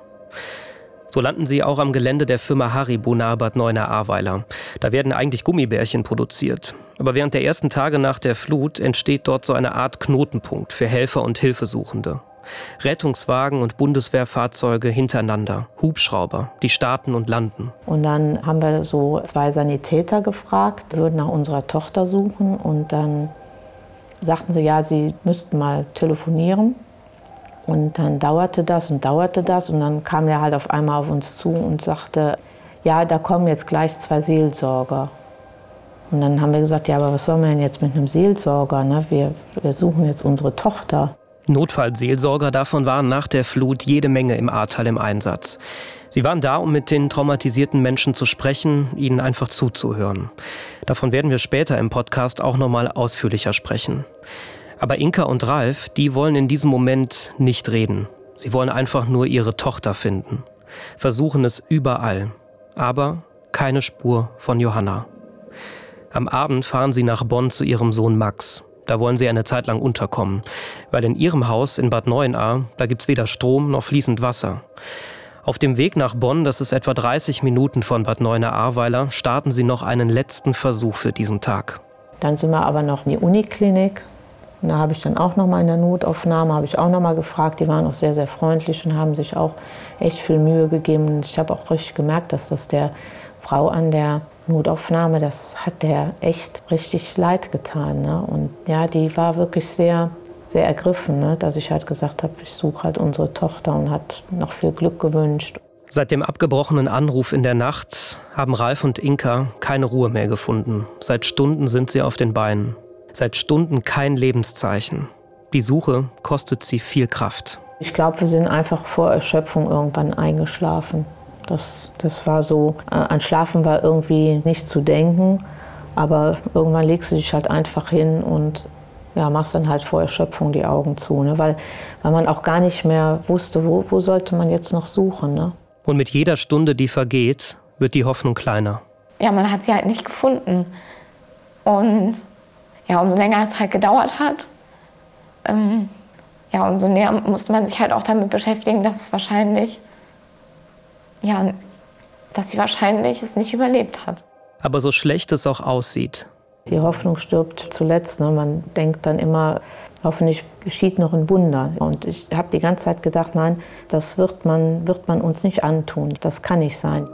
So landen sie auch am Gelände der Firma Haribo nahe Bad Neuenahr-Ahrweiler. Da werden eigentlich Gummibärchen produziert. Aber während der ersten Tage nach der Flut entsteht dort so eine Art Knotenpunkt für Helfer und Hilfesuchende. Rettungswagen und Bundeswehrfahrzeuge hintereinander, Hubschrauber, die starten und landen. Und dann haben wir so zwei Sanitäter gefragt, würden nach unserer Tochter suchen. Und dann sagten sie, ja, sie müssten mal telefonieren. Und dann dauerte das und dauerte das und dann kam er halt auf einmal auf uns zu und sagte, ja, da kommen jetzt gleich zwei Seelsorger. Und dann haben wir gesagt, ja, aber was sollen wir denn jetzt mit einem Seelsorger? Ne? Wir, wir suchen jetzt unsere Tochter. Notfallseelsorger, davon waren nach der Flut jede Menge im Ahrtal im Einsatz. Sie waren da, um mit den traumatisierten Menschen zu sprechen, ihnen einfach zuzuhören. Davon werden wir später im Podcast auch noch mal ausführlicher sprechen. Aber Inka und Ralf, die wollen in diesem Moment nicht reden. Sie wollen einfach nur ihre Tochter finden. Versuchen es überall. Aber keine Spur von Johanna. Am Abend fahren sie nach Bonn zu ihrem Sohn Max. Da wollen sie eine Zeit lang unterkommen. Weil in ihrem Haus in Bad Neuenahr, da gibt's weder Strom noch fließend Wasser. Auf dem Weg nach Bonn, das ist etwa dreißig Minuten von Bad Neuenahr-Ahrweiler, starten sie noch einen letzten Versuch für diesen Tag. Dann sind wir aber noch in die Uniklinik. Und da habe ich dann auch noch mal in der Notaufnahme, habe ich auch noch mal gefragt. Die waren auch sehr, sehr freundlich und haben sich auch echt viel Mühe gegeben. Und ich habe auch richtig gemerkt, dass das der Frau an der Notaufnahme, das hat der echt richtig leid getan. Ne? Und ja, die war wirklich sehr, sehr ergriffen, ne? Dass ich halt gesagt habe, ich suche halt unsere Tochter und hat noch viel Glück gewünscht. Seit dem abgebrochenen Anruf in der Nacht haben Ralf und Inka keine Ruhe mehr gefunden. Seit Stunden sind sie auf den Beinen. Seit Stunden kein Lebenszeichen. Die Suche kostet sie viel Kraft. Ich glaube, wir sind einfach vor Erschöpfung irgendwann eingeschlafen. Das, das war so, äh, an Schlafen war irgendwie nicht zu denken. Aber irgendwann legst du dich halt einfach hin und ja, machst dann halt vor Erschöpfung die Augen zu. Ne? Weil, weil man auch gar nicht mehr wusste, wo, wo sollte man jetzt noch suchen. Ne? Und mit jeder Stunde, die vergeht, wird die Hoffnung kleiner. Ja, man hat sie halt nicht gefunden. Und ja, umso länger es halt gedauert hat, ähm, ja, umso näher musste man sich halt auch damit beschäftigen, dass es wahrscheinlich, ja, dass sie wahrscheinlich es nicht überlebt hat. Aber so schlecht es auch aussieht. Die Hoffnung stirbt zuletzt. Ne? Man denkt dann immer, hoffentlich geschieht noch ein Wunder. Und ich habe die ganze Zeit gedacht, nein, das wird man, wird man uns nicht antun. Das kann nicht sein.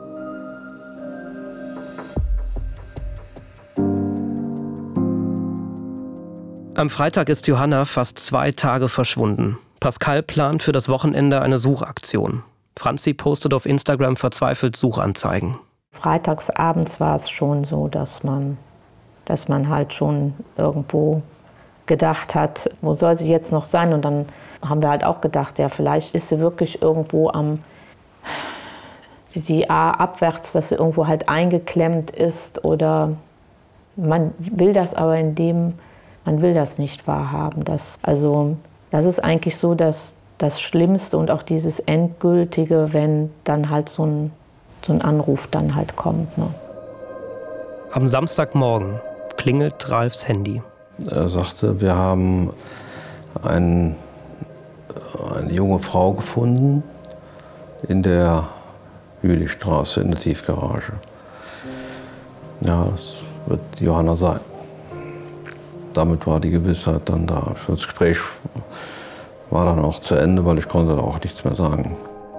Am Freitag ist Johanna fast zwei Tage verschwunden. Pascal plant für das Wochenende eine Suchaktion. Franzi postet auf Instagram verzweifelt Suchanzeigen. Freitags abends war es schon so, dass man, dass man halt schon irgendwo gedacht hat, wo soll sie jetzt noch sein? Und dann haben wir halt auch gedacht, ja, vielleicht ist sie wirklich irgendwo am, die A abwärts, dass sie irgendwo halt eingeklemmt ist oder man will das aber in dem, man will das nicht wahrhaben. Das, also das ist eigentlich so, dass das Schlimmste und auch dieses Endgültige, wenn dann halt so ein, so ein Anruf dann halt kommt. Ne? Am Samstagmorgen klingelt Ralfs Handy. Er sagte, wir haben ein, eine junge Frau gefunden in der Jülistraße in der Tiefgarage. Ja, das wird Johanna sein. Damit war die Gewissheit dann da. Das Gespräch war dann auch zu Ende, weil ich konnte auch nichts mehr sagen.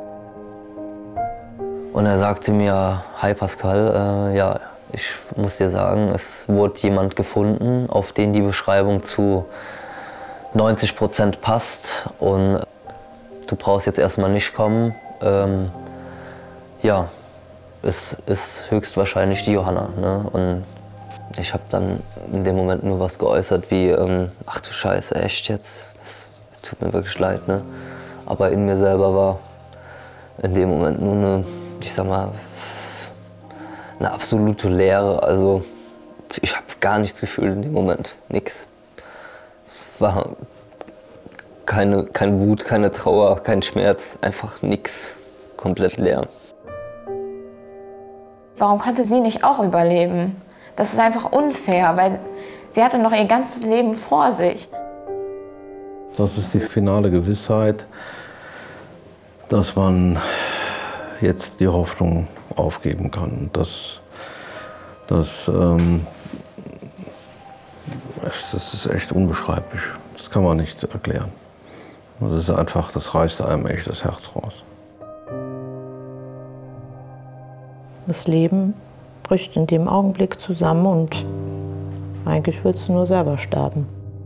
Und er sagte mir, hi Pascal, äh, ja, ich muss dir sagen, es wurde jemand gefunden, auf den die Beschreibung zu neunzig Prozent passt und du brauchst jetzt erstmal nicht kommen. Ähm, ja, es ist höchstwahrscheinlich die Johanna. Ne? Und ich habe dann in dem Moment nur was geäußert wie, ähm, ach du Scheiße, echt jetzt? Das tut mir wirklich leid. Ne? Aber in mir selber war in dem Moment nur eine, ich sag mal, eine absolute Leere. Also ich habe gar nichts gefühlt in dem Moment, nix. Es war keine, kein Wut, keine Trauer, kein Schmerz, einfach nix, komplett leer. Warum konnte sie nicht auch überleben? Das ist einfach unfair, weil sie hatte noch ihr ganzes Leben vor sich. Das ist die finale Gewissheit, dass man jetzt die Hoffnung aufgeben kann. Das, das, ähm, das ist echt unbeschreiblich. Das kann man nicht erklären. Das ist einfach, das reißt einem echt das Herz raus. Das Leben bricht in dem Augenblick zusammen und eigentlich willst du nur selber sterben.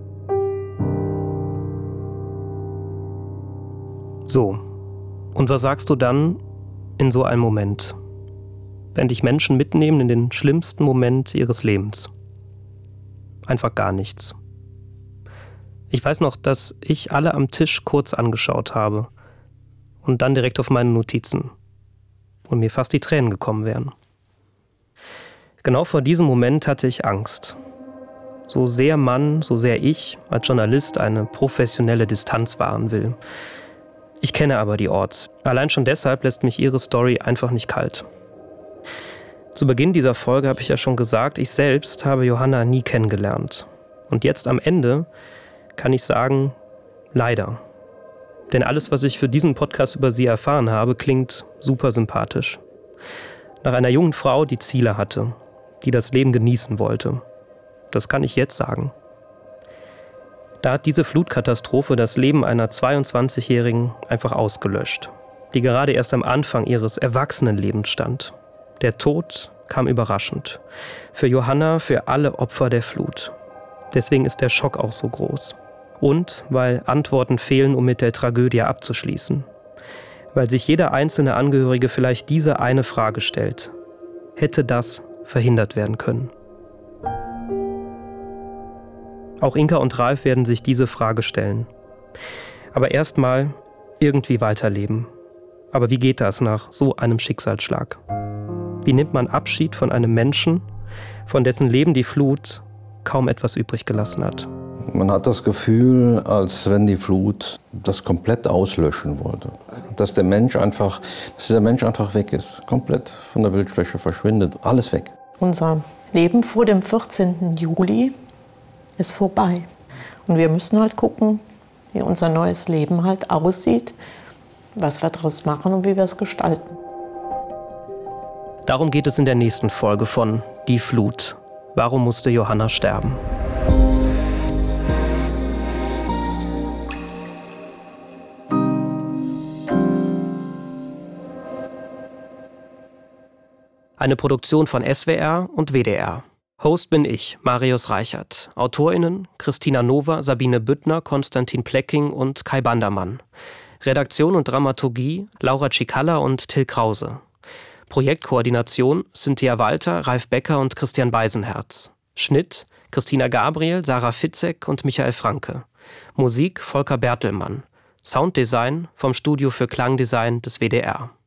So, und was sagst du dann in so einem Moment, wenn dich Menschen mitnehmen in den schlimmsten Moment ihres Lebens? Einfach gar nichts. Ich weiß noch, dass ich alle am Tisch kurz angeschaut habe und dann direkt auf meine Notizen und mir fast die Tränen gekommen wären. Genau vor diesem Moment hatte ich Angst. So sehr man, so sehr ich als Journalist eine professionelle Distanz wahren will. Ich kenne aber die Orts. Allein schon deshalb lässt mich ihre Story einfach nicht kalt. Zu Beginn dieser Folge habe ich ja schon gesagt, ich selbst habe Johanna nie kennengelernt. Und jetzt am Ende kann ich sagen, leider. Denn alles, was ich für diesen Podcast über sie erfahren habe, klingt super sympathisch. Nach einer jungen Frau, die Ziele hatte, die das Leben genießen wollte. Das kann ich jetzt sagen. Da hat diese Flutkatastrophe das Leben einer zweiundzwanzigjährigen einfach ausgelöscht, die gerade erst am Anfang ihres Erwachsenenlebens stand. Der Tod kam überraschend. Für Johanna, für alle Opfer der Flut. Deswegen ist der Schock auch so groß. Und weil Antworten fehlen, um mit der Tragödie abzuschließen. Weil sich jeder einzelne Angehörige vielleicht diese eine Frage stellt. Hätte das verhindert werden können? Auch Inka und Ralf werden sich diese Frage stellen. Aber erstmal irgendwie weiterleben. Aber wie geht das nach so einem Schicksalsschlag? Wie nimmt man Abschied von einem Menschen, von dessen Leben die Flut kaum etwas übrig gelassen hat? Man hat das Gefühl, als wenn die Flut das komplett auslöschen wollte. Dass der Mensch einfach, dass der Mensch einfach weg ist. Komplett von der Bildfläche verschwindet. Alles weg. Unser Leben vor dem vierzehnten Juli ist vorbei. Und wir müssen halt gucken, wie unser neues Leben halt aussieht, was wir daraus machen und wie wir es gestalten. Darum geht es in der nächsten Folge von Die Flut. Warum musste Johanna sterben? Eine Produktion von S W R und W D R. Host bin ich, Marius Reichert. AutorInnen Christina Nova, Sabine Büttner, Konstantin Plecking und Kai Bandermann. Redaktion und Dramaturgie Laura Cicalla und Till Krause. Projektkoordination Cynthia Walter, Ralf Becker und Christian Beisenherz. Schnitt Christina Gabriel, Sarah Fitzek und Michael Franke. Musik Volker Bertelmann. Sounddesign vom Studio für Klangdesign des W D R.